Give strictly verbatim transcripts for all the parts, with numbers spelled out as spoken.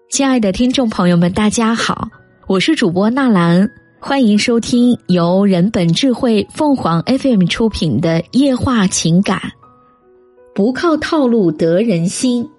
亲爱的听众朋友们，大家好，我是主播纳兰，欢迎收听由人本智慧凤凰 F M 出品的夜话情感。不靠套路得人心。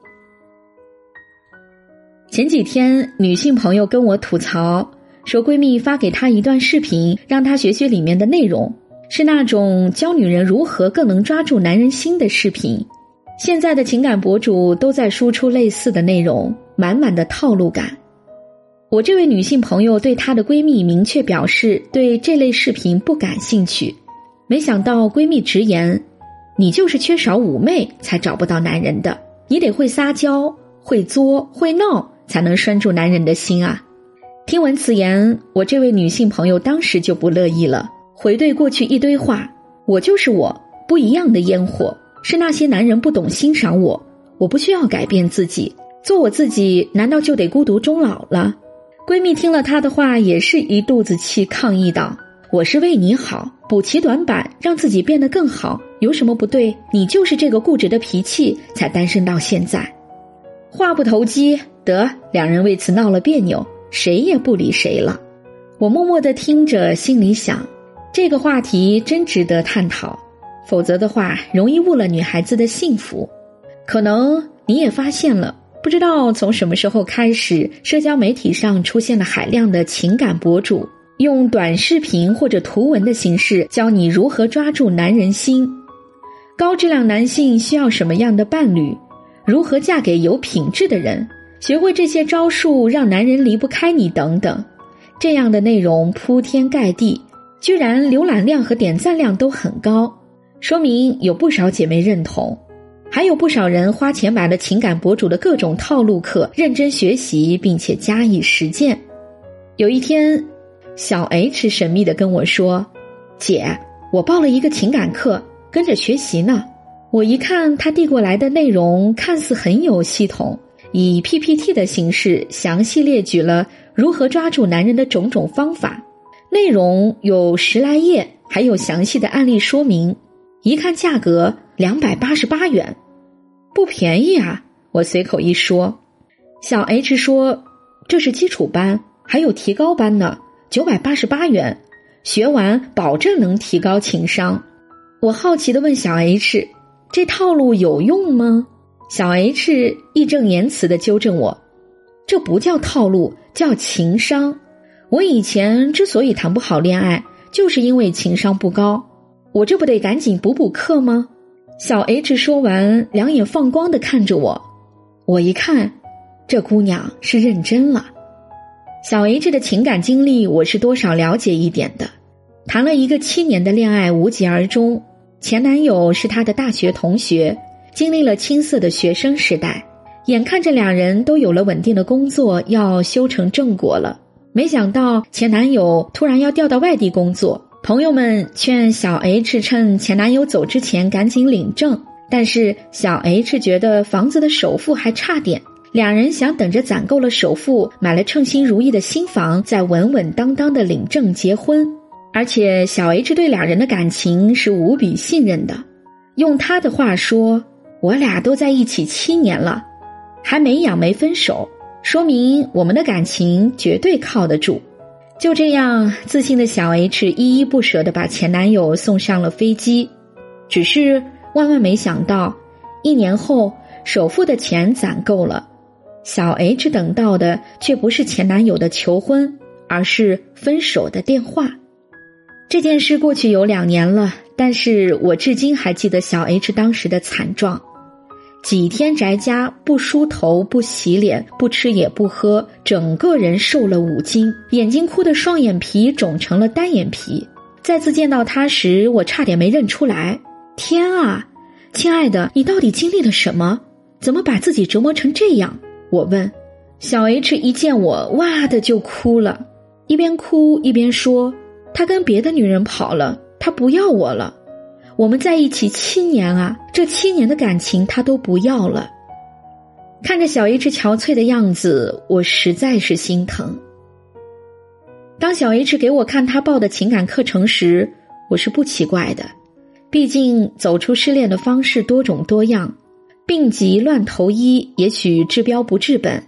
前几天女性朋友跟我吐槽，说闺蜜发给她一段视频，让她学学里面的内容，是那种教女人如何更能抓住男人心的视频。现在的情感博主都在输出类似的内容，满满的套路感。我这位女性朋友对她的闺蜜明确表示对这类视频不感兴趣，没想到闺蜜直言，你就是缺少妩媚才找不到男人的，你得会撒娇，会作，会闹，才能拴住男人的心啊。听闻此言，我这位女性朋友当时就不乐意了，回怼过去一堆话，我就是我，不一样的烟火，是那些男人不懂欣赏我，我不需要改变自己，做我自己难道就得孤独终老了？闺蜜听了她的话也是一肚子气，抗议道，我是为你好，补齐短板，让自己变得更好，有什么不对？你就是这个固执的脾气才单身到现在。话不投机，得两人为此闹了别扭，谁也不理谁了。我默默地听着，心里想，这个话题真值得探讨，否则的话容易误了女孩子的幸福。可能你也发现了，不知道从什么时候开始，社交媒体上出现了海量的情感博主，用短视频或者图文的形式教你如何抓住男人心。高质量男性需要什么样的伴侣？如何嫁给有品质的人？学会这些招数让男人离不开你等等。这样的内容铺天盖地，居然浏览量和点赞量都很高，说明有不少姐妹认同。还有不少人花钱买了情感博主的各种套路课，认真学习并且加以实践。有一天，小 H 神秘地跟我说，姐，我报了一个情感课，跟着学习呢。我一看他递过来的内容，看似很有系统，以 P P T 的形式详细列举了如何抓住男人的种种方法，内容有十来页，还有详细的案例说明。一看价格两百八十八元，不便宜啊，我随口一说。小 H 说，这是基础班，还有提高班呢，九百八十八元，学完保证能提高情商。我好奇地问小 H， 这套路有用吗？小 H 义正言辞地纠正我，这不叫套路，叫情商。我以前之所以谈不好恋爱，就是因为情商不高，我这不得赶紧补补课吗？小 H 说完，两眼放光地看着我，我一看，这姑娘是认真了。小 H 的情感经历我是多少了解一点的，谈了一个七年的恋爱无疾而终，前男友是她的大学同学，经历了青涩的学生时代，眼看着两人都有了稳定的工作，要修成正果了，没想到前男友突然要调到外地工作。朋友们劝小 H 趁前男友走之前赶紧领证，但是小 H 觉得房子的首付还差点，两人想等着攒够了首付，买了称心如意的新房，再稳稳当当的领证结婚。而且小 H 对两人的感情是无比信任的，用他的话说，我俩都在一起七年了，还没养没分手，说明我们的感情绝对靠得住。就这样，自信的小 H 依依不舍地把前男友送上了飞机。只是万万没想到，一年后首付的钱攒够了，小 H 等到的却不是前男友的求婚，而是分手的电话。这件事过去有两年了，但是我至今还记得小 H 当时的惨状。几天宅家，不梳头，不洗脸，不吃也不喝，整个人瘦了五斤，眼睛哭的双眼皮肿成了单眼皮。再次见到他时，我差点没认出来。天啊，亲爱的，你到底经历了什么？怎么把自己折磨成这样？我问。小 H 一见我，哇的就哭了，一边哭一边说，他跟别的女人跑了，他不要我了。我们在一起七年啊，这七年的感情他都不要了。看着小 H 憔悴的样子，我实在是心疼。当小 H 给我看他报的情感课程时，我是不奇怪的，毕竟走出失恋的方式多种多样，病急乱投医也许治标不治本，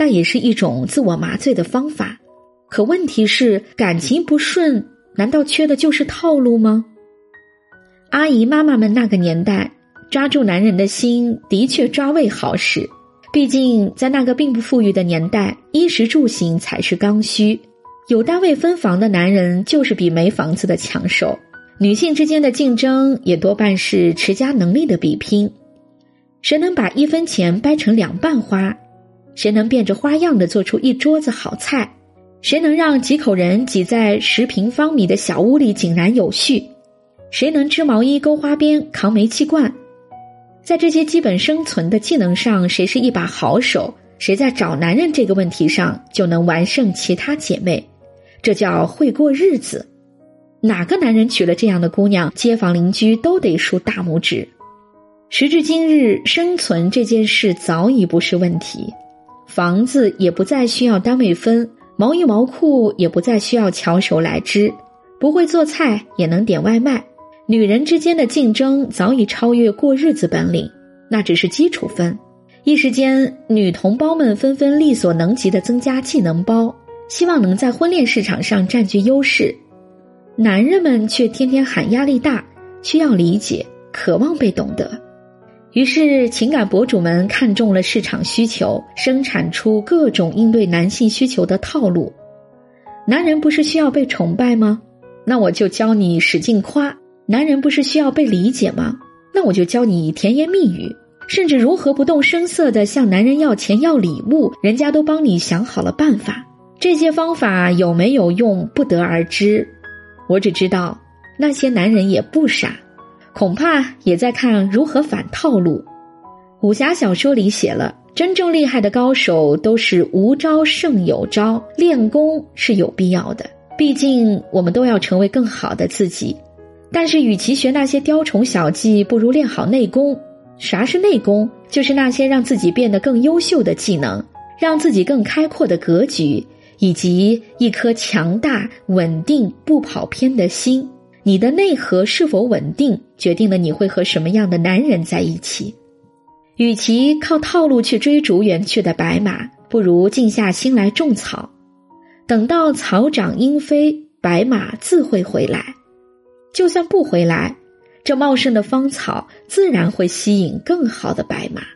但也是一种自我麻醉的方法。可问题是，感情不顺，难道缺的就是套路吗？阿姨妈妈们那个年代，抓住男人的心的确抓为好事，毕竟在那个并不富裕的年代，衣食住行才是刚需。有单位分房的男人就是比没房子的抢手，女性之间的竞争也多半是持家能力的比拼。谁能把一分钱掰成两半花？谁能变着花样地做出一桌子好菜？谁能让几口人挤在十平方米的小屋里井然有序？谁能织毛衣、勾花边、扛煤气罐？在这些基本生存的技能上，谁是一把好手，谁在找男人这个问题上就能完胜其他姐妹。这叫会过日子。哪个男人娶了这样的姑娘，街坊邻居都得竖大拇指。时至今日，生存这件事早已不是问题，房子也不再需要单位分，毛衣毛裤也不再需要翘手来织，不会做菜也能点外卖。女人之间的竞争早已超越过日子本领，那只是基础分。一时间，女同胞们纷纷力所能及地增加技能包，希望能在婚恋市场上占据优势。男人们却天天喊压力大，需要理解，渴望被懂得。于是情感博主们看中了市场需求，生产出各种应对男性需求的套路。男人不是需要被崇拜吗？那我就教你使劲夸。男人不是需要被理解吗？那我就教你甜言蜜语，甚至如何不动声色地向男人要钱要礼物，人家都帮你想好了办法。这些方法有没有用不得而知，我只知道那些男人也不傻，恐怕也在看如何反套路。武侠小说里写了，真正厉害的高手都是无招胜有招，练功是有必要的，毕竟我们都要成为更好的自己。但是与其学那些雕虫小技，不如练好内功。啥是内功？就是那些让自己变得更优秀的技能，让自己更开阔的格局，以及一颗强大、稳定、不跑偏的心。你的内核是否稳定，决定了你会和什么样的男人在一起。与其靠套路去追逐远去的白马，不如静下心来种草。等到草长莺飞，白马自会回来。就算不回来，这茂盛的芳草自然会吸引更好的白马。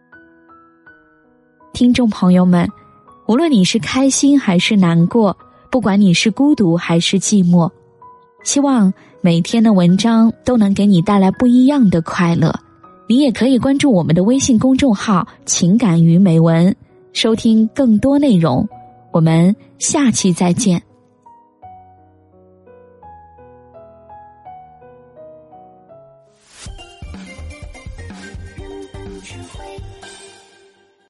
听众朋友们，无论你是开心还是难过，不管你是孤独还是寂寞，希望每天的文章都能给你带来不一样的快乐。你也可以关注我们的微信公众号情感与美文，收听更多内容。我们下期再见。 智慧